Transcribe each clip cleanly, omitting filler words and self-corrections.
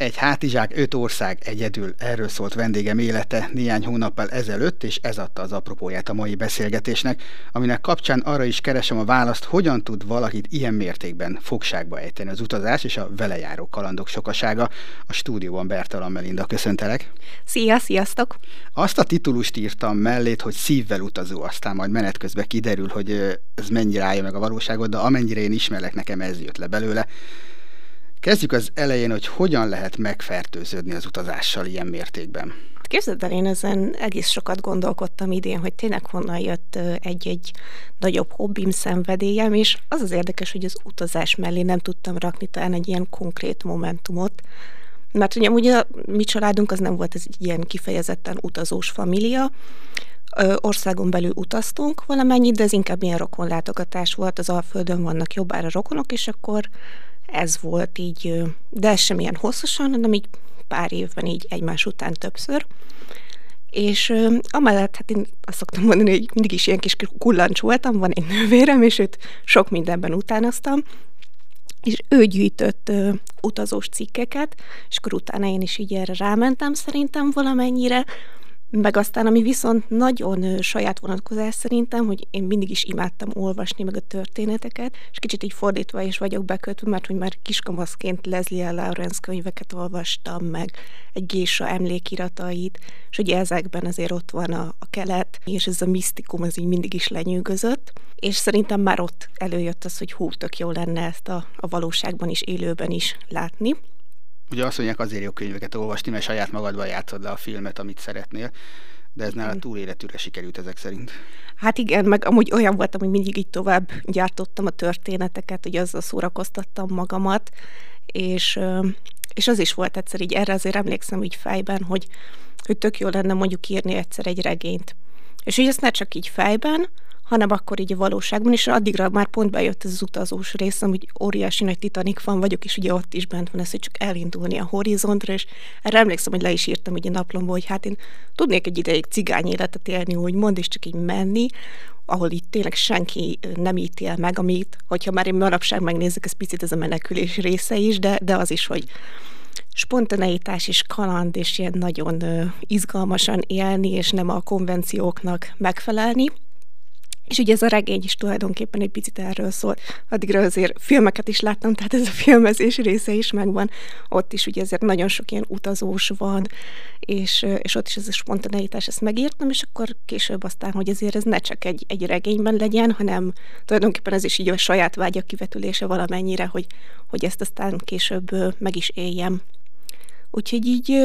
Egy hátizsák, 5 ország egyedül. Erről szólt vendégem élete néhány hónappal ezelőtt, és ez adta az apropóját a mai beszélgetésnek, aminek kapcsán arra is keresem a választ, hogyan tud valakit ilyen mértékben fogságba ejteni az utazás és a vele járó kalandok sokasága. A stúdióban Bertalan Melinda, köszöntelek. Szia, sziasztok! Azt a titulust írtam mellét, hogy szívvel utazó, aztán majd menet közben kiderül, hogy ez mennyire állja meg a valóságot, de amennyire én ismerlek, nekem ez jött le belőle. Kezdjük az elején, hogy hogyan lehet megfertőződni az utazással ilyen mértékben. Képzeld el, én ezen egész sokat gondolkodtam idén, hogy tényleg honnan jött egy nagyobb hobbim, szenvedélyem, és az érdekes, hogy az utazás mellé nem tudtam rakni talán egy ilyen konkrét momentumot, mert ugye a mi családunk az nem volt ez egy ilyen kifejezetten utazós família, országon belül utaztunk valamennyit, de ez inkább ilyen rokonlátogatás volt, az Alföldön vannak jobbára rokonok, és akkor ez volt így, de ez sem ilyen hosszasan, hanem így pár évben így egymás után többször. És amellett, hát én azt szoktam mondani, hogy mindig is ilyen kis kullancs voltam, van egy nővérem, és őt sok mindenben utánoztam, és ő gyűjtött utazós cikkeket, és akkor utána én is így erre rámentem szerintem valamennyire, meg aztán, ami viszont nagyon saját vonatkozás szerintem, hogy én mindig is imádtam olvasni meg a történeteket, és kicsit így fordítva is vagyok bekötve, mert hogy már kiskamaszként Leslie Lawrence könyveket olvastam, meg egy gésa emlékiratait, és ugye ezekben azért ott van a kelet, és ez a misztikum, ez így mindig is lenyűgözött, és szerintem már ott előjött az, hogy hú, tök jó lenne ezt a valóságban is, élőben is látni. Ugye azt mondják, azért jó könyveket olvasni, mert saját magadban játszod le a filmet, amit szeretnél, de ez nálad túl életűre sikerült ezek szerint. Hát igen, meg amúgy olyan voltam, hogy mindig így tovább gyártottam a történeteket, hogy azzal szórakoztattam magamat, és az is volt egyszer így, erre azért emlékszem így fejben, hogy tök jó lenne mondjuk írni egyszer egy regényt. És hogy ezt ne csak így fejben, hanem akkor így a valóságban, és addigra már pont bejött ez az utazós részem, hogy óriási nagy Titanic fan vagyok, és ugye ott is bent van ez, hogy csak elindulni a horizontra, és erre emlékszem, hogy le is írtam így a naplomba, hogy hát én tudnék egy ideig cigány életet élni, úgymond, és csak így menni, ahol itt tényleg senki nem ítél meg, amit, hogyha már én manapság megnézzük, ez picit ez a menekülés része is, de az is, hogy spontaneitás és kaland, és ilyen nagyon izgalmasan élni, és nem a konvencióknak megfelelni. És ugye ez a regény is tulajdonképpen egy picit erről szólt. Addigra azért filmeket is láttam, tehát ez a filmezés része is megvan. Ott is ugye ezért nagyon sok ilyen utazós van, és ott is ez a spontaneitás, ezt megírtam, és akkor később aztán, hogy azért ez ne csak egy regényben legyen, hanem tulajdonképpen ez is így a saját vágyak kivetülése valamennyire, hogy ezt aztán később meg is éljem. Úgyhogy így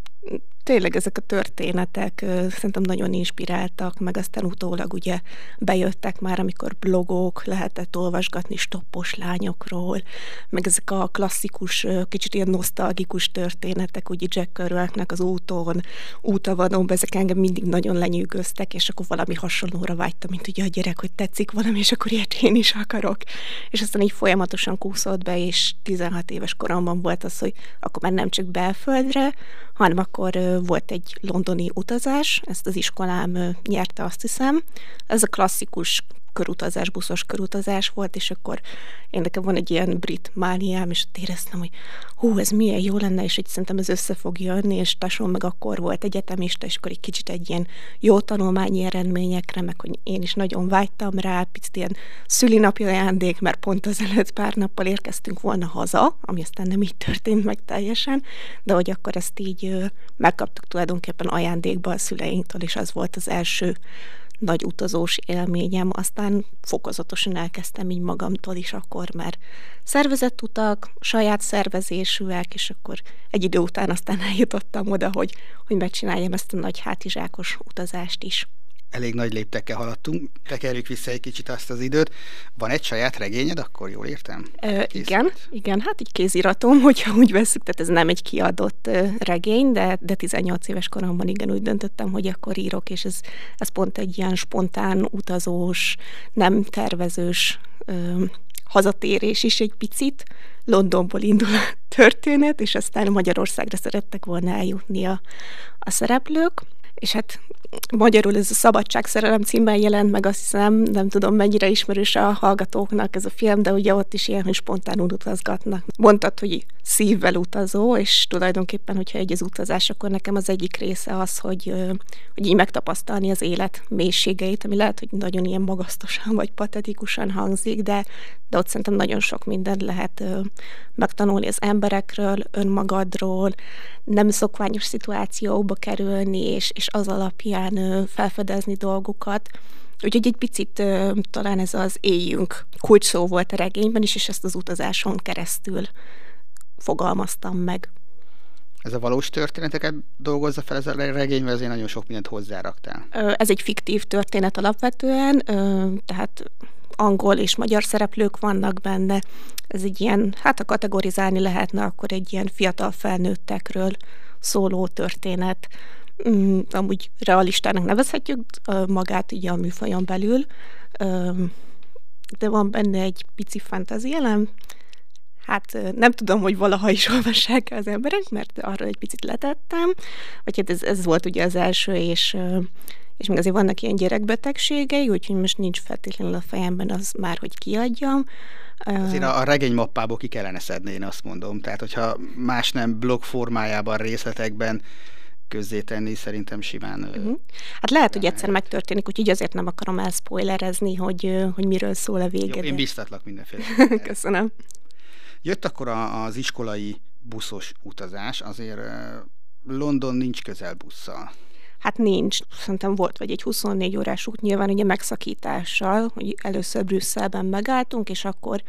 tényleg ezek a történetek szerintem nagyon inspiráltak, meg aztán utólag ugye bejöttek már, amikor blogok, lehetett olvasgatni stoppos lányokról, meg ezek a klasszikus, kicsit ilyen nosztalgikus történetek, ugye Jack Kerouacnak az útavadonban, ezek engem mindig nagyon lenyűgöztek, és akkor valami hasonlóra vágytam, mint ugye a gyerek, hogy tetszik valami, és akkor ilyet én is akarok. És aztán így folyamatosan kúszott be, és 16 éves koromban volt az, hogy akkor már nem csak belföldre, hanem akkor volt egy londoni utazás, ezt az iskolám nyerte, azt hiszem. Ez a klasszikus körutazás, buszos körutazás volt, és akkor én nekem van egy ilyen brit mániám, és ott éreztem, hogy hú, ez milyen jó lenne, és így szerintem ez össze fog jönni, és tasom meg akkor volt egyetemista, és akkor egy kicsit egy ilyen jó tanulmányi eredményekre, meg hogy én is nagyon vágytam rá, picit ilyen szülinapi ajándék, mert pont azelőtt pár nappal érkeztünk volna haza, ami aztán nem így történt meg teljesen, de hogy akkor ezt így megkaptuk tulajdonképpen ajándékba a szüleinktől, és az volt az első nagy utazós élményem, aztán fokozatosan elkezdtem így magamtól is akkor, mert szervezett utak, saját szervezésűek, és akkor egy idő után aztán eljutottam oda, hogy megcsináljam ezt a nagy hátizsákos utazást is. Elég nagy léptekkel haladtunk, tekerjük vissza egy kicsit azt az időt. Van egy saját regényed, akkor jól értem? Igen, hát egy kéziratom, hogyha úgy vesszük, tehát ez nem egy kiadott regény, de 18 éves koromban igen úgy döntöttem, hogy akkor írok, és ez pont egy ilyen spontán, utazós, nem tervezős hazatérés is egy picit. Londonból indul a történet, és aztán Magyarországra szerettek volna eljutni a szereplők, és hát magyarul ez a Szabadságszerelem címmel jelent meg, azt hiszem, nem tudom mennyire ismerős a hallgatóknak ez a film, de ugye ott is ilyen, hogy spontánul utazgatnak. Mondtad, hogy szívvel utazó, és tulajdonképpen, hogyha egy az utazás, akkor nekem az egyik része az, hogy így megtapasztalni az élet mélységeit, ami lehet, hogy nagyon ilyen magasztosan vagy patetikusan hangzik, de ott szerintem nagyon sok mindent lehet megtanulni az emberekről, önmagadról, nem szokványos szituációba kerülni, és az alapján felfedezni dolgokat. Úgyhogy egy picit talán ez az éljünk kulcsszó volt a regényben is, és ezt az utazáson keresztül fogalmaztam meg. Ez a valós történeteket dolgozza fel ez a regény, vagy azért nagyon sok mindent hozzáraktál? Ez egy fiktív történet alapvetően, tehát angol és magyar szereplők vannak benne. Ez egy ilyen, hát ha kategorizálni lehetne, akkor egy ilyen fiatal felnőttekről szóló történet. Amúgy realistának nevezhetjük magát ugye a műfajon belül, de van benne egy pici fantasy elem. Hát nem tudom, hogy valaha is olvassák az emberek, mert arra egy picit letettem, vagy hát ez volt ugye az első, és még azért vannak ilyen gyerekbetegségei, úgyhogy most nincs feltétlenül a fejemben az már, hogy kiadjam. Azért a regény mappából ki kellene szedni, én azt mondom. Tehát, hogyha más nem blog formájában, részletekben közzétenni, szerintem simán. Hát lehet, hogy egyszer megtörténik, úgyhogy azért nem akarom elszpoilerezni, hogy miről szól a vége. Jó, én biztatlak mindenféle. Köszönöm. Jött akkor az iskolai buszos utazás, azért London nincs közel busszal. Hát nincs. Szerintem volt vagy egy 24 órás út, nyilván ugye megszakítással, hogy először Brüsszelben megálltunk, és akkor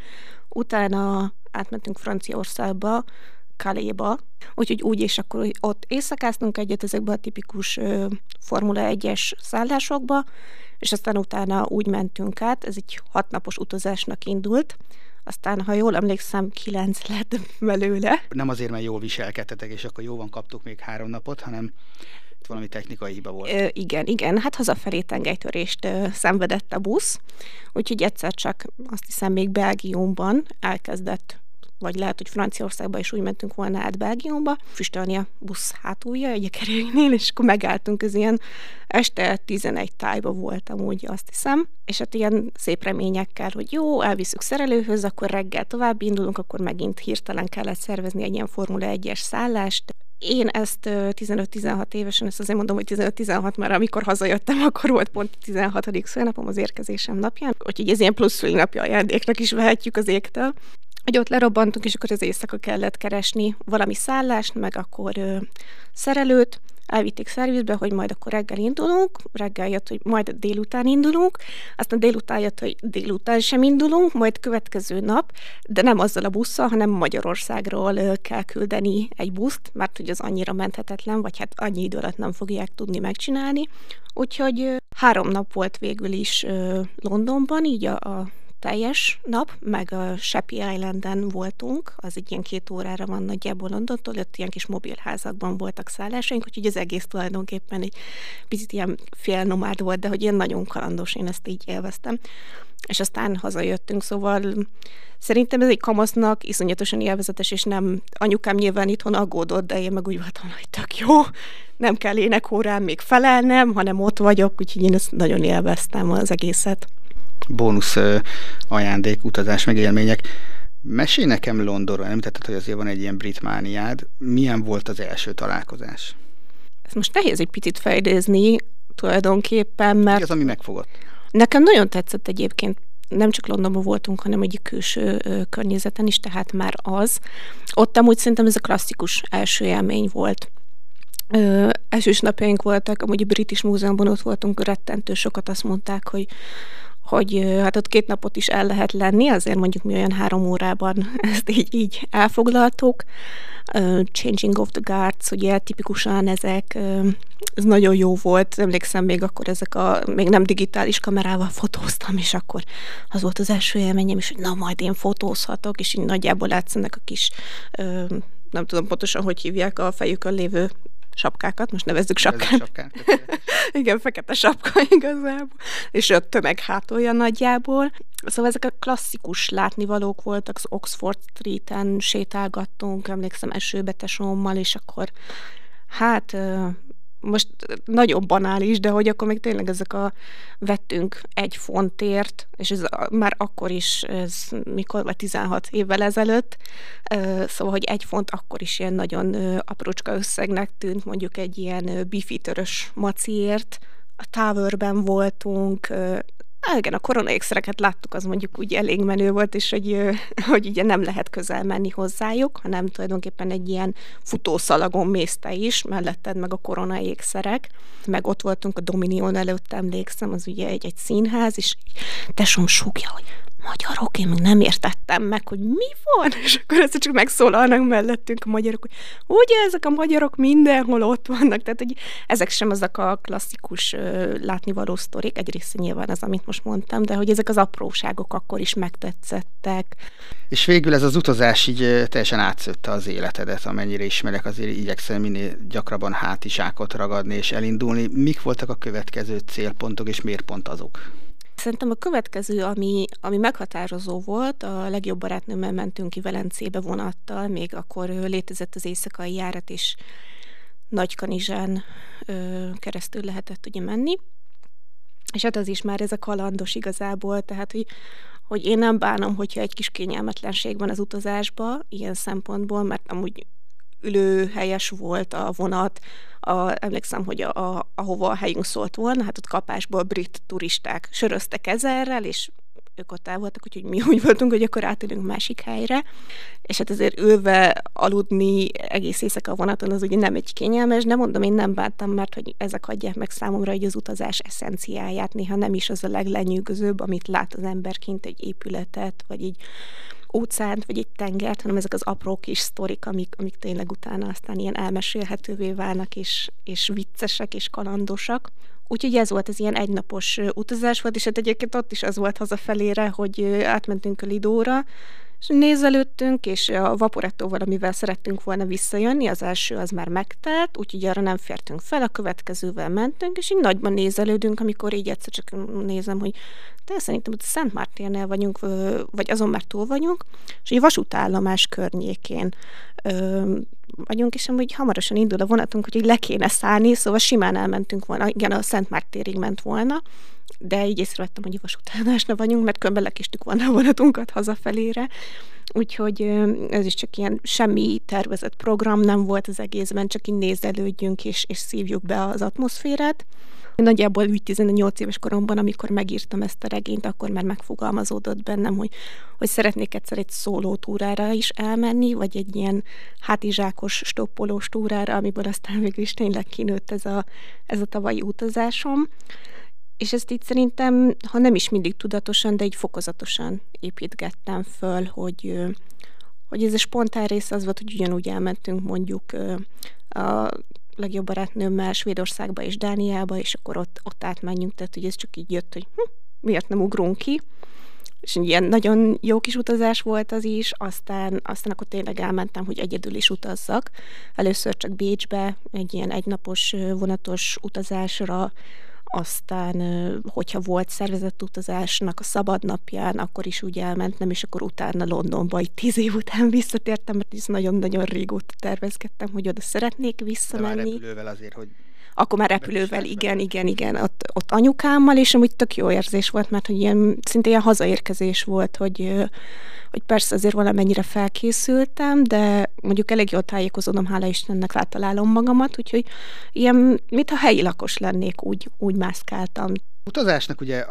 utána átmentünk Franciaországba, Calais-ba, úgyhogy úgy, és akkor ott éjszakáztunk egyet ezekbe a tipikus Formula 1-es szállásokba, és aztán utána úgy mentünk át, ez egy 6 napos utazásnak indult, aztán, ha jól emlékszem, 9 lett belőle. Nem azért, mert jól viselkedtetek, és akkor jóban kaptuk még 3 napot, hanem itt valami technikai hiba volt. Igen. Hát hazafelé tengelytörést szenvedett a busz, úgyhogy egyszer csak azt hiszem még Belgiumban elkezdett, vagy lehet, hogy Franciaországban is úgy mentünk volna át Belgiumba, füstölni a busz hátulja egy keréknél, és akkor megálltunk, ez ilyen este 11 tájba voltam, úgy azt hiszem, és hát ilyen szép reményekkel, hogy jó, elviszük szerelőhöz, akkor reggel tovább indulunk, akkor megint hirtelen kellett szervezni egy ilyen Formula 1-es szállást. Én ezt 15-16 évesen, ezt azért mondom, hogy 15-16, mert amikor hazajöttem, akkor volt pont 16. szülnapom az érkezésem napján, úgyhogy ez ilyen plusz szülinapja ajándéknak is vehetjük az égtől. Hogy ott lerobbantunk, és akkor az éjszaka kellett keresni valami szállást, meg akkor szerelőt, elvitték szervizbe, hogy majd akkor reggel indulunk, reggel jött, hogy majd délután indulunk, aztán délután jött, hogy délután sem indulunk, majd következő nap, de nem azzal a busszal, hanem Magyarországról kell küldeni egy buszt, mert hogy az annyira menthetetlen, vagy hát annyi idő alatt nem fogják tudni megcsinálni. Úgyhogy 3 nap volt végül is Londonban, így a teljes nap, meg a Sheppey Islanden voltunk, az egy ilyen 2 órára van nagyjából Londontól, ott ilyen kis mobilházakban voltak szállásaink, úgyhogy az egész tulajdonképpen egy picit ilyen félnomád volt, de hogy ilyen nagyon kalandos, én ezt így élveztem. És aztán hazajöttünk, szóval szerintem ez egy kamasznak iszonyatosan élvezetes, és nem, anyukám nyilván itthon aggódott, de én meg úgy voltam, hogy tök jó, nem kell énekórán még felelnem, hanem ott vagyok, úgyhogy én ezt nagyon élveztem az egészet. Bónusz ajándék, utazás, meg élmények. Mesélj nekem Londonról, említetted, hogy azért van egy ilyen brit mániád. Milyen volt az első találkozás? Ez most nehéz egy picit felidézni tulajdonképpen, mert... Mi az, ami megfogott? Nekem nagyon tetszett egyébként, nem csak Londonban voltunk, hanem egy külső környezeten is, tehát már az. Ott amúgy szerintem ez a klasszikus első élmény volt. Esős napjaink voltak, amúgy a British Múzeumban ott voltunk, rettentő sokat azt mondták, hogy hát ott 2 napot is el lehet lenni, azért mondjuk mi olyan 3 órában ezt így elfoglaltuk. Changing of the Guards, ugye tipikusan ezek, ez nagyon jó volt, emlékszem még akkor még nem digitális kamerával fotóztam, és akkor az volt az első élményem is, hogy na majd én fotózhatok, és így nagyjából látszanak a kis, nem tudom pontosan, hogy hívják a fejükön lévő sapkákat, most nevezzük sapkát. Igen, fekete sapka igazából, és a tömeg hátulja nagyjából. Szóval ezek a klasszikus látnivalók voltak, az Oxford Street-en sétálgattunk, emlékszem esőbe tesómmal, és akkor hát most nagyon banális, de hogy akkor még tényleg vettünk 1 fontért, és ez már akkor is, ez mikor, vagy 16 évvel ezelőtt, szóval, hogy 1 font akkor is ilyen nagyon aprócska összegnek tűnt, mondjuk egy ilyen bifitörös maciért. A Towerben voltunk, igen, a koronaékszereket láttuk, az mondjuk úgy elég menő volt, és hogy ugye nem lehet közel menni hozzájuk, hanem tulajdonképpen egy ilyen futószalagon mész te is, melletted meg a koronaékszerek. Meg ott voltunk a Dominion előtt, emlékszem, az ugye egy színház, és tesóm súgja, hogy magyarok, én még nem értettem meg, hogy mi van, és akkor ezt csak megszólalnak mellettünk a magyarok, hogy ugye ezek a magyarok mindenhol ott vannak, tehát hogy ezek sem azok a klasszikus látnivaló sztorik, egyrészt nyilván az, amit most mondtam, de hogy ezek az apróságok akkor is megtetszettek. És végül ez az utazás így teljesen átszötte az életedet, amennyire ismerek, azért igyekszem minél gyakrabban hátizsákot ragadni és elindulni. Mik voltak a következő célpontok, és miért pont azok? Szerintem a következő, ami meghatározó volt, a legjobb barátnőmmel mentünk ki Velencébe vonattal, még akkor létezett az éjszakai járat, és Nagykanizsán keresztül lehetett ugye menni. És hát az is már ez a kalandos igazából, tehát hogy én nem bánom, hogyha egy kis kényelmetlenség van az utazásba, ilyen szempontból, mert amúgy ülőhelyes volt a vonat, emlékszem, hogy ahova a helyünk szólt volna, hát ott kapásból brit turisták söröztek ezerrel, és ők ott el voltak, úgyhogy mi úgy voltunk, hogy akkor átülünk másik helyre, és hát azért ülve aludni egész éjszaka a vonaton, az ugye nem egy kényelmes, de mondom, én nem bántam, mert hogy ezek adják meg számomra hogy az utazás eszenciáját, néha nem is az a leglenyűgözőbb, amit lát az ember kint, egy épületet, vagy egy óceánt, vagy egy tengert, hanem ezek az apró kis sztorik, amik tényleg utána aztán ilyen elmesélhetővé válnak, és viccesek, és kalandosak. Úgyhogy ez volt, az ilyen egynapos utazás volt, és hát egyébként ott is az volt hazafelére, hogy átmentünk a Lidóra, és nézelődtünk, és a Vaporettóval, amivel szerettünk volna visszajönni, az első az már megtelt, úgyhogy arra nem fértünk fel, a következővel mentünk, és így nagyban nézelődünk, amikor így egyszer csak nézem, hogy de szerintem ott a Szent Mártérnél vagyunk, vagy azon már túl vagyunk, és egy vasútállomás környékén vagyunk, és amúgy hamarosan indul a vonatunk, hogy le kéne szállni, szóval simán elmentünk volna, igen, a Szent Mártérig ment volna, de így észrevettem, hogy a vasútállomásnál vagyunk, mert különben lekéstük volna a vonatunkat hazafelére. Úgyhogy ez is csak ilyen semmi tervezett program nem volt az egészben, csak így nézelődjünk és szívjuk be az atmoszférát. Nagyjából úgy 18 éves koromban, amikor megírtam ezt a regényt, akkor már megfogalmazódott bennem, hogy szeretnék egyszer egy szóló túrára is elmenni, vagy egy ilyen hátizsákos, stoppolós túrára, amiből aztán végül is tényleg kinőtt ez a tavalyi utazásom. És ezt így szerintem, ha nem is mindig tudatosan, de így fokozatosan építgettem föl, hogy ez a spontán rész az volt, hogy ugyanúgy elmentünk mondjuk a legjobb barátnőmmel Svédországba és Dániába, és akkor ott átmenjünk, tehát hogy ez csak így jött, hogy miért nem ugrunk ki. És ilyen nagyon jó kis utazás volt az is, aztán akkor tényleg elmentem, hogy egyedül is utazzak. Először csak Bécsbe, egy ilyen egynapos vonatos utazásra, aztán, hogyha volt szervezett utazásnak a szabadnapján, akkor is úgy elmentem, és akkor utána Londonba, így 10 év után visszatértem, mert is nagyon-nagyon régóta tervezgettem, hogy oda szeretnék visszamenni. De már repülővel azért, hogy... Akkor már repülővel, igen, ott anyukámmal, és amúgy tök jó érzés volt, mert hogy szinte ilyen hazaérkezés volt, hogy persze azért valamennyire felkészültem, de mondjuk elég jól tájékozódom, hála Istennek rátalálom magamat, úgyhogy ilyen, mintha helyi lakos lennék, úgy mászkáltam. Utazásnak ugye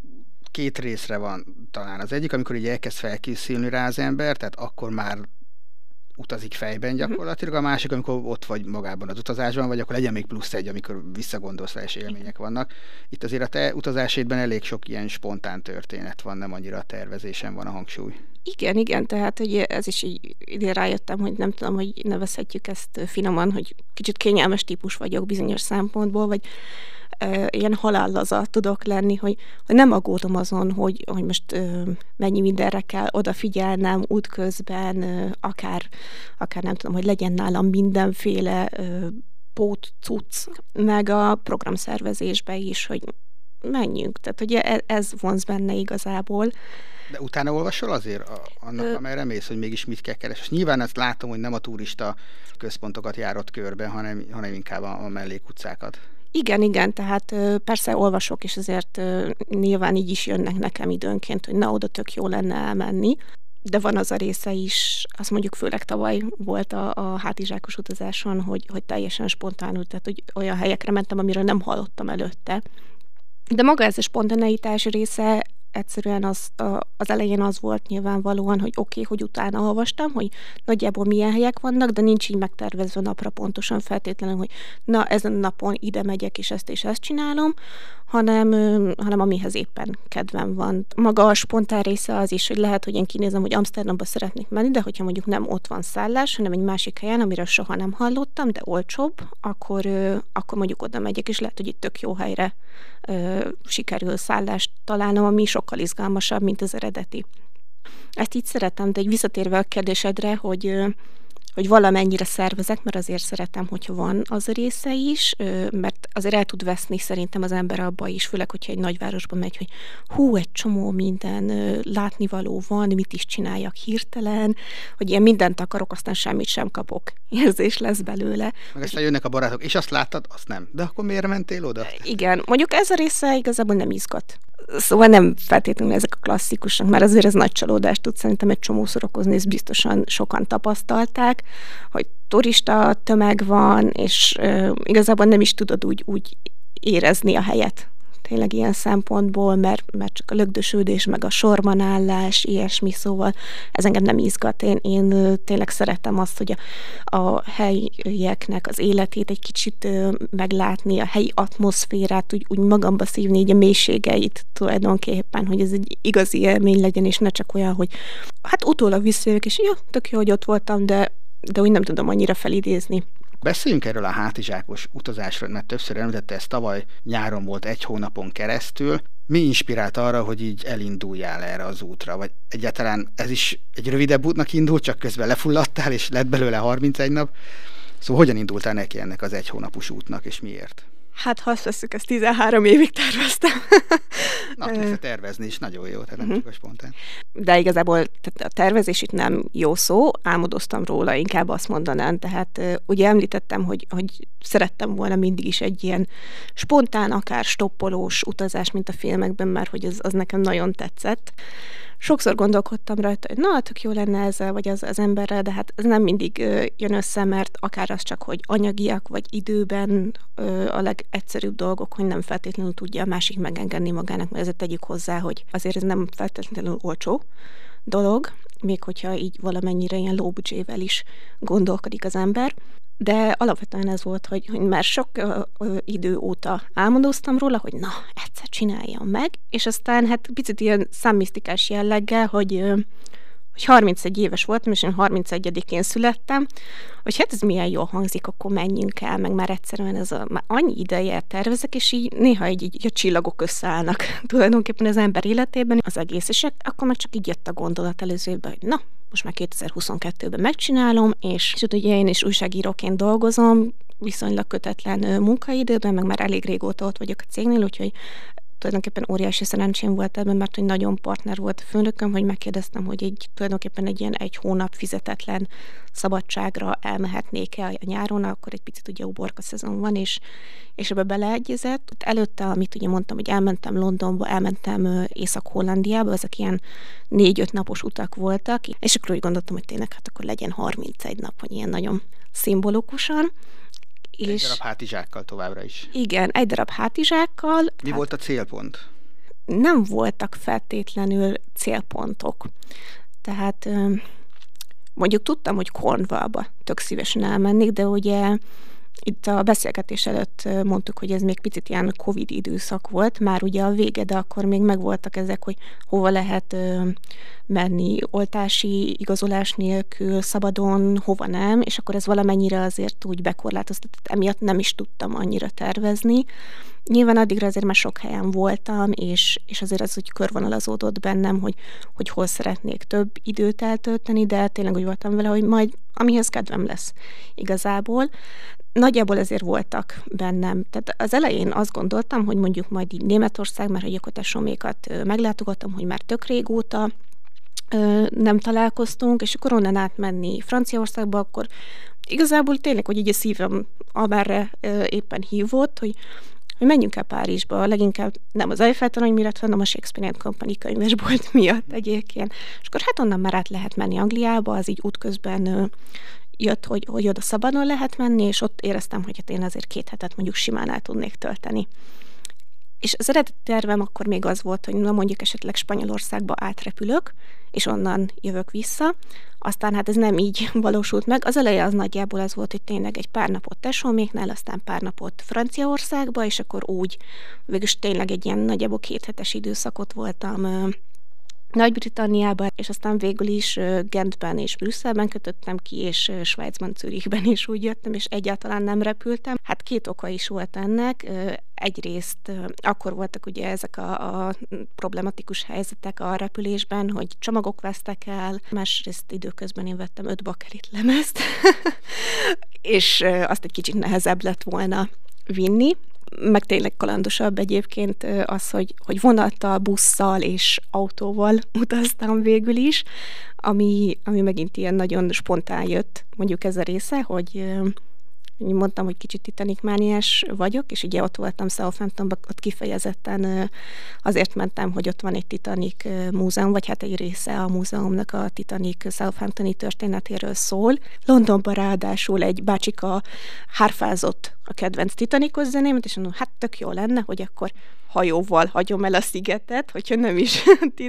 2 részre van talán. Az egyik, amikor így elkezd felkészülni rá az ember, tehát akkor már utazik fejben gyakorlatilag, a másik, amikor ott vagy magában az utazásban, vagy akkor legyen még plusz egy, amikor visszagondolsz rá, és élmények vannak. Itt azért a te utazásédben elég sok ilyen spontán történet van, nem annyira a tervezésen van a hangsúly. Igen, tehát hogy ez is így ide rájöttem, hogy nem tudom, hogy nevezhetjük ezt finoman, hogy kicsit kényelmes típus vagyok bizonyos szempontból, vagy ilyen halállaza tudok lenni, hogy nem aggódom azon, hogy most mennyi mindenre kell odafigyelnem útközben, akár nem tudom, hogy legyen nálam mindenféle pót, cucc, meg a programszervezésbe is, hogy menjünk. Tehát ugye ez vonz benne igazából. De utána olvasol azért annak, amerre mész, hogy mégis mit kell keresni. Nyilván ezt látom, hogy nem a turista központokat járod körbe, hanem inkább a mellékutcákat. Igen, tehát persze olvasok, és azért nyilván így is jönnek nekem időnként, hogy na, oda tök jó lenne elmenni. De van az a része is, azt mondjuk főleg tavaly volt a hátizsákos utazáson, hogy teljesen spontánul, tehát hogy olyan helyekre mentem, amiről nem hallottam előtte. De maga ez a spontaneitás része egyszerűen az elején az volt nyilvánvalóan, hogy oké, hogy utána olvastam, hogy nagyjából milyen helyek vannak, de nincs így megtervezve napra pontosan feltétlenül, hogy na, ezen a napon ide megyek, és ezt csinálom, hanem amihez éppen kedvem van. Maga a spontán része az is, hogy lehet, hogy én kinézem, hogy Amsterdamba szeretnék menni, de hogyha mondjuk nem ott van szállás, hanem egy másik helyen, amiről soha nem hallottam, de olcsóbb, akkor mondjuk oda megyek, és lehet, hogy itt tök jó helyre sikerül szállást találnom, ami sokkal izgalmasabb, mint az eredeti. Ezt így szeretem, de egy visszatérve a kérdésedre, hogy valamennyire szervezek, mert azért szeretem, hogyha van az a része is, mert azért el tud veszni szerintem az ember abba is, főleg, hogyha egy nagyvárosba megy, hogy egy csomó minden látnivaló van, mit is csináljak hirtelen, hogy ilyen mindent akarok, aztán semmit sem kapok. Érzés lesz belőle. Meg aztán jönnek a barátok, és azt láttad, azt nem. De akkor miért mentél oda? Igen, mondjuk ez a része igazából nem izgat. Szóval nem feltétlenül ezek a klasszikusok, mert azért ez nagy csalódást tud szerintem egy csomószor okozni, és biztosan sokan tapasztalták, hogy turista tömeg van, és igazából nem is tudod úgy érezni a helyet. Tényleg ilyen szempontból, mert csak a lögdösődés, meg a sorban állás, ilyesmi, szóval ez engem nem izgat. Én tényleg szeretem azt, hogy a helyieknek az életét egy kicsit meglátni, a helyi atmoszférát, úgy magamba szívni, így a mélységeit tulajdonképpen, hogy ez egy igazi élmény legyen, és ne csak olyan, hogy hát utólag visszajövök, és tök jó, hogy ott voltam, de úgy nem tudom annyira felidézni. Beszéljünk erről a hátizsákos utazásról, mert többször említette, ez tavaly nyáron volt 1 hónapon keresztül. Mi inspirált arra, hogy így elinduljál erre az útra? Vagy egyáltalán ez is egy rövidebb útnak indult, csak közben lefulladtál, és lett belőle 31 nap? Szóval hogyan indultál neki ennek az 1 hónapos útnak, és miért? Hát ha azt veszük, ezt 13 évig terveztem. Na, persze tervezni is nagyon jó, tehát nem csak a spontán. De igazából tehát a tervezés itt nem jó szó, álmodoztam róla, inkább azt mondanám. Tehát ugye említettem, hogy szerettem volna mindig is egy ilyen spontán, akár stoppolós utazás, mint a filmekben, mert hogy az nekem nagyon tetszett. Sokszor gondolkodtam rajta, hogy na, tök jó lenne ezzel, vagy az emberrel, de hát ez nem mindig jön össze, mert akár az csak, hogy anyagiak, vagy időben a legegyszerűbb dolgok, hogy nem feltétlenül tudja a másik megengedni magának, mert ezért tegyük hozzá, hogy azért ez nem feltétlenül olcsó dolog, még hogyha így valamennyire ilyen low budgetvel is gondolkodik az ember. De alapvetően ez volt, hogy már sok idő óta álmodoztam róla, hogy na, egyszer csináljam meg, és aztán hát picit ilyen számmisztikás jelleggel, hogy 31 éves voltam, és én 31-én születtem, hogy hát ez milyen jól hangzik, akkor menjünk el, meg már egyszerűen már annyi ideje tervezek, és így néha így a csillagok összeállnak tulajdonképpen az ember életében az egész, és akkor meg csak így jött a gondolat előző évben, hogy na, most már 2022-ben megcsinálom, és ugye én is újságíróként dolgozom, viszonylag kötetlen munkaidőben, meg már elég régóta ott vagyok a cégnél, úgyhogy tulajdonképpen óriási szerencsém volt ebben, mert hogy nagyon partner volt a főnököm, hogy megkérdeztem, hogy tulajdonképpen egy ilyen 1 hónap fizetetlen szabadságra elmehetnék-e a nyáron, akkor egy picit ugye uborka szezon van, és ebbe beleegyezett. Előtte, amit ugye mondtam, hogy elmentem Londonba, elmentem Észak-Hollandiába, ezek ilyen 4-5 napos utak voltak, és akkor úgy gondoltam, hogy tényleg hát akkor legyen 31 nap, hogy ilyen nagyon szimbolikusan. Egy darab hátizsákkal továbbra is. Igen, egy darab hátizsákkal. Mi volt a célpont? Nem voltak feltétlenül célpontok. Tehát mondjuk tudtam, hogy Cornwallba tök szívesen elmennék, de ugye itt a beszélgetés előtt mondtuk, hogy ez még picit ilyen Covid időszak volt, már ugye a vége, de akkor még megvoltak ezek, hogy hova lehet menni oltási igazolás nélkül, szabadon, hova nem, és akkor ez valamennyire azért úgy bekorlátoztatott, emiatt nem is tudtam annyira tervezni. Nyilván addigra azért már sok helyen voltam, és azért az úgy körvonalazódott bennem, hogy hol szeretnék több időt eltölteni, de tényleg úgy voltam vele, hogy majd amihez kedvem lesz igazából. Nagyjából ezért voltak bennem. Tehát az elején azt gondoltam, hogy mondjuk majd így Németország, mert hogy akkor tesómékat meglátogattam, hogy már tök régóta nem találkoztunk, és akkor onnan átmenni Franciaországba, akkor igazából tényleg, hogy így a szívem amerre éppen hívott, hogy menjünk el Párizsba, leginkább nem az Eiffel-torony miatt, hanem a Shakespeare & Company könyvesbolt miatt egyébként. És akkor hát onnan már át lehet menni Angliába, az így útközben jött, hogy oda szabadon lehet menni, és ott éreztem, hogy hát én azért 2 hetet mondjuk simán el tudnék tölteni. És az eredeti tervem akkor még az volt, hogy na mondjuk esetleg Spanyolországba átrepülök, és onnan jövök vissza. Aztán hát ez nem így valósult meg. Az eleje az nagyjából az volt, hogy tényleg egy pár napot tesóméknál, aztán pár napot Franciaországba, és akkor úgy végülis tényleg egy ilyen nagyjából 2 hetes időszakot voltam Nagy-Britanniában, és aztán végül is Gentben és Brüsszelben kötöttem ki, és Svájcban, Zürichben is úgy jöttem, és egyáltalán nem repültem. Hát 2 oka is volt ennek. Egyrészt akkor voltak ugye ezek a problematikus helyzetek a repülésben, hogy csomagok vesztek el, másrészt időközben én vettem 5 bakelit lemezt, és azt egy kicsit nehezebb lett volna vinni. Meg tényleg kalandosabb egyébként az, hogy vonattal, busszal és autóval utaztam végül is, ami megint ilyen nagyon spontán jött, mondjuk ez a része, hogy mondtam, hogy kicsit Titanic-mániás vagyok, és ugye ott voltam Southamptonban, ott kifejezetten azért mentem, hogy ott van egy Titanic múzeum, vagy hát egy része a múzeumnak a Titanic Southamptoni történetéről szól. Londonban ráadásul egy bácsika hárfázott a kedvenc Titanicos zenémet, és mondom, hát tök jó lenne, hogy akkor hajóval hagyom el a szigetet, hogyha nem is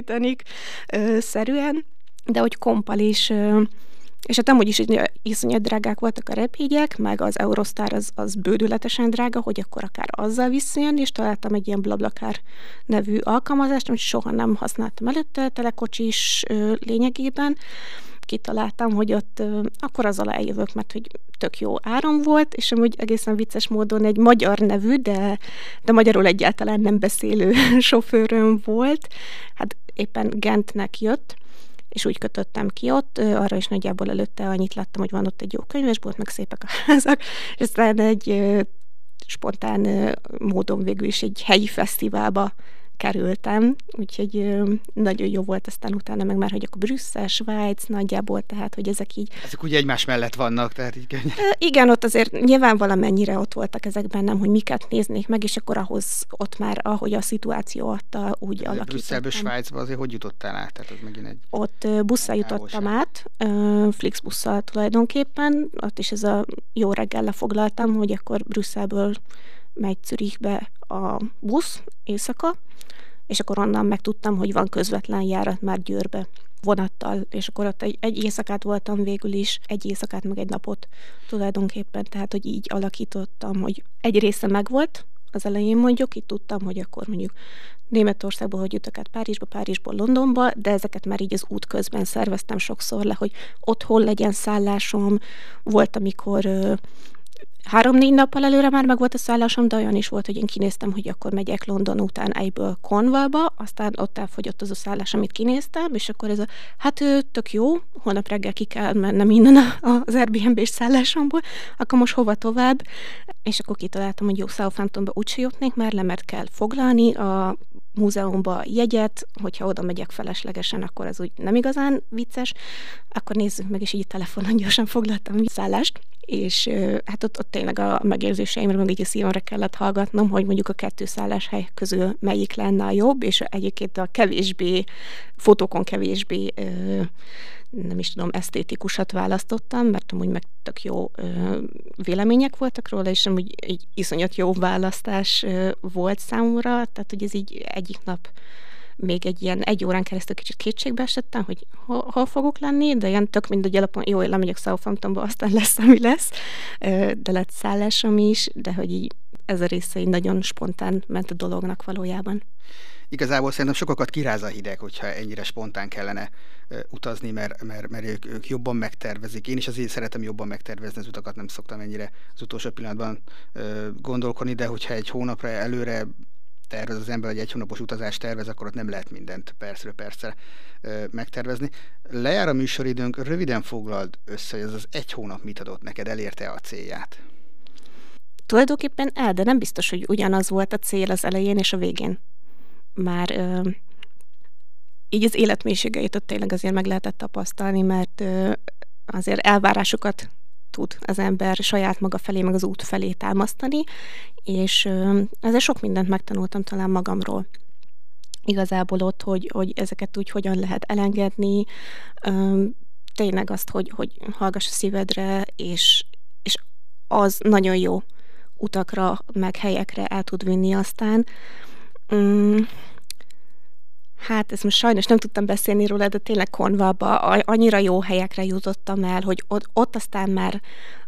Titanic-szerűen, de hogy kompal is. És hát amúgy is iszonyat drágák voltak a repjegyek, meg az Eurostar az bődületesen drága, hogy akkor akár azzal visszajönni, és találtam egy ilyen BlaBlaCar nevű alkalmazást, amit soha nem használtam előtte, telekocsis lényegében. Kitaláltam, hogy ott akkor azzal eljövök, mert hogy tök jó áram volt, és amúgy egészen vicces módon egy magyar nevű, de magyarul egyáltalán nem beszélő sofőröm volt. Hát éppen Gentnek jött, és úgy kötöttem ki ott, arra is nagyjából előtte annyit láttam, hogy van ott egy jó könyvesbolt, meg szépek a házak, és aztán egy spontán módon végül is egy helyi fesztiválba kerültem, úgyhogy nagyon jó volt aztán utána, meg már, hogy akkor Brüsszel, Svájc nagyjából, tehát, hogy ezek így... Ezek ugye egymás mellett vannak, tehát így könnyen. Igen, ott azért nyilván valamennyire ott voltak ezek bennem, hogy miket néznék meg, és akkor ahhoz ott már, ahogy a szituáció adta, úgy alakítottam. Brüsszelből Svájcba azért hogy jutottál át? Tehát az megint egy... Ott busszal jutottam át, Flixbusszal tulajdonképpen, ott is ez a jó reggel lefoglaltam, hogy akkor Brüsszelből megy Zürichbe a busz éjszaka, és akkor onnan megtudtam, hogy van közvetlen járat már Győrbe vonattal, és akkor ott egy éjszakát voltam végül is, egy éjszakát meg egy napot tulajdonképpen, tehát hogy így alakítottam, hogy egy része megvolt, az elején mondjuk, itt tudtam, hogy akkor mondjuk Németországból, hogy jutok át Párizsba, Párizsból Londonba, de ezeket már így az út közben szerveztem sokszor le, hogy ott hol legyen szállásom. Volt, amikor 3-4 nappal előre már meg volt a szállásom, de olyan is volt, hogy én kinéztem, hogy akkor megyek London után egyből Cornwallba, aztán ott elfogyott az a szállás, amit kinéztem, és akkor ez tök jó, holnap reggel ki kell mennem innen az Airbnb-s szállásomból, akkor most hova tovább? És akkor kitaláltam, hogy jó, Southamptonba úgyse jutnék már le, mert kell foglalni a múzeumba jegyet, hogyha oda megyek feleslegesen, akkor az úgy nem igazán vicces, akkor nézzük meg, és így telefonon gyorsan foglaltam szállást, és hát ott tényleg a megérzéseimre, meg így a szívemre kellett hallgatnom, hogy mondjuk a 2 szálláshely közül melyik lenne a jobb, és egyébként a fotókon kevésbé nem is tudom, esztétikusat választottam, mert amúgy meg tök jó vélemények voltak róla, és amúgy egy iszonyat jó választás volt számomra, tehát hogy ez így egyik nap még egy ilyen 1 órán keresztül kicsit kétségbe esettem, hogy hol fogok lenni, de ilyen tök mindegy alapon, jó, én lemegyek Southamptonba, aztán lesz, ami lesz, de lett szállásom is, de hogy így ez a része így nagyon spontán ment a dolognak valójában. Igazából szerintem sokakat kiráz a hideg, hogyha ennyire spontán kellene utazni, mert ők jobban megtervezik. Én is azért szeretem jobban megtervezni az utakat, nem szoktam ennyire az utolsó pillanatban gondolkodni, de hogyha egy hónapra előre tervez az ember, vagy egy hónapos utazást tervez, akkor ott nem lehet mindent percről percre megtervezni. Lejár a műsoridőnk, röviden foglald össze, hogy ez az egy hónap mit adott neked, elérte a célját? Tulajdonképpen de nem biztos, hogy ugyanaz volt a cél az elején és a végén. Már így az életmélységeit ott tényleg azért meg lehetett tapasztalni, mert azért elvárásokat tud az ember saját maga felé, meg az út felé támasztani, és ezért sok mindent megtanultam talán magamról. Igazából ott, hogy ezeket úgy hogyan lehet elengedni, tényleg azt, hogy hallgass a szívedre, és az nagyon jó utakra, meg helyekre el tud vinni aztán. Hát ezt most sajnos nem tudtam beszélni róla, de tényleg Cornwallba annyira jó helyekre jutottam el, hogy ott aztán már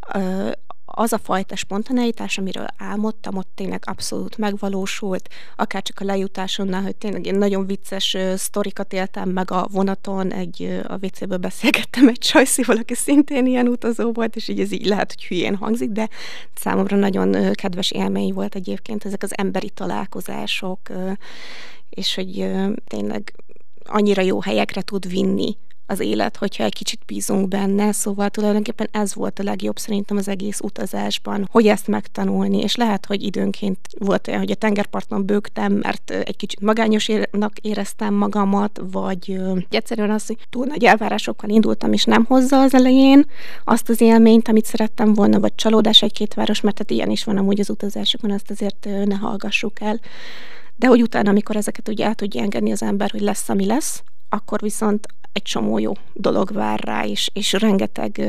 az a fajta spontaneitás, amiről álmodtam, ott tényleg abszolút megvalósult, akár csak a lejutásonnál, hogy tényleg én nagyon vicces sztorikat éltem meg a vonaton, a WC-ből beszélgettem egy csajszival, aki szintén ilyen utazó volt, és így ez így lehet, hogy hülyén hangzik, de számomra nagyon kedves élmény volt egyébként ezek az emberi találkozások, és hogy tényleg annyira jó helyekre tud vinni az élet, hogyha egy kicsit bízunk benne, szóval tulajdonképpen ez volt a legjobb szerintem az egész utazásban, hogy ezt megtanulni, és lehet, hogy időnként volt olyan, hogy a tengerparton bőgtem, mert egy kicsit magányosnak éreztem magamat, vagy egyszerűen az, hogy túl nagy elvárásokkal indultam, és nem hozza az elején azt az élményt, amit szerettem volna, vagy csalódás egy-két város, mert tehát ilyen is van amúgy az utazásokon, azt azért ne hallgassuk el. De hogy utána, amikor ezeket úgy el tudja engedni az ember, hogy lesz, ami lesz, akkor viszont egy csomó jó dolog vár rá, és rengeteg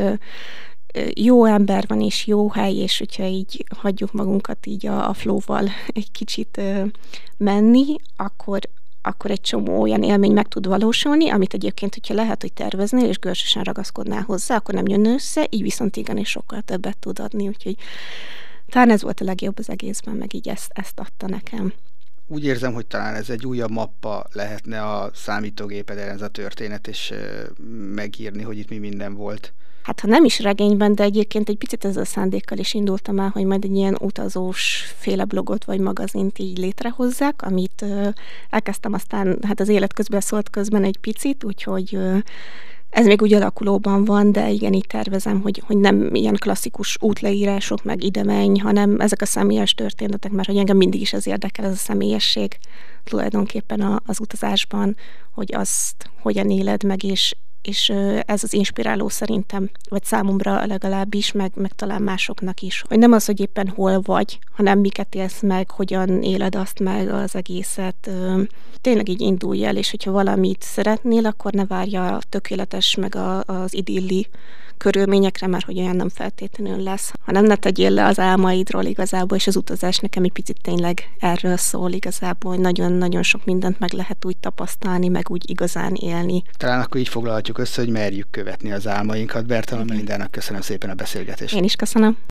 jó ember van, és jó hely, és hogyha így hagyjuk magunkat így a flow-val egy kicsit menni, akkor egy csomó olyan élmény meg tud valósulni, amit egyébként, hogyha lehet, hogy terveznél, és görcsösen ragaszkodnál hozzá, akkor nem jön össze, így viszont igenis sokkal többet tud adni, úgyhogy talán ez volt a legjobb az egészben, meg így ezt adta nekem. Úgy érzem, hogy talán ez egy újabb mappa lehetne a számítógépeden ez a történet, és megírni, hogy itt mi minden volt. Hát ha nem is regényben, de egyébként egy picit ezzel a szándékkal is indultam el, hogy majd egy ilyen utazós féle blogot vagy magazint így létrehozzák, amit elkezdtem aztán, hát az élet közben szólt közben egy picit, úgyhogy ez még úgy alakulóban van, de igen, így tervezem, hogy nem ilyen klasszikus útleírások, meg ide menj, hanem ezek a személyes történetek, mert hogy engem mindig is ez érdekel, ez a személyesség tulajdonképpen az utazásban, hogy azt hogyan éled meg, és ez az inspiráló szerintem, vagy számomra legalábbis, meg talán másoknak is. Hogy nem az, hogy éppen hol vagy, hanem miket élsz meg, hogyan éled azt meg az egészet. Tényleg így indulj el, és hogyha valamit szeretnél, akkor ne várja a tökéletes, meg az idilli körülményekre, mert hogy olyan nem feltétlenül lesz, hanem ne tegyél le az álmaidról igazából, és az utazás nekem egy picit tényleg erről szól igazából, hogy nagyon-nagyon sok mindent meg lehet úgy tapasztalni, meg úgy igazán élni. Talán akkor így foglalhatjuk össze, hogy merjük követni az álmainkat. Bertalan Melindának köszönöm szépen a beszélgetést. Én is köszönöm.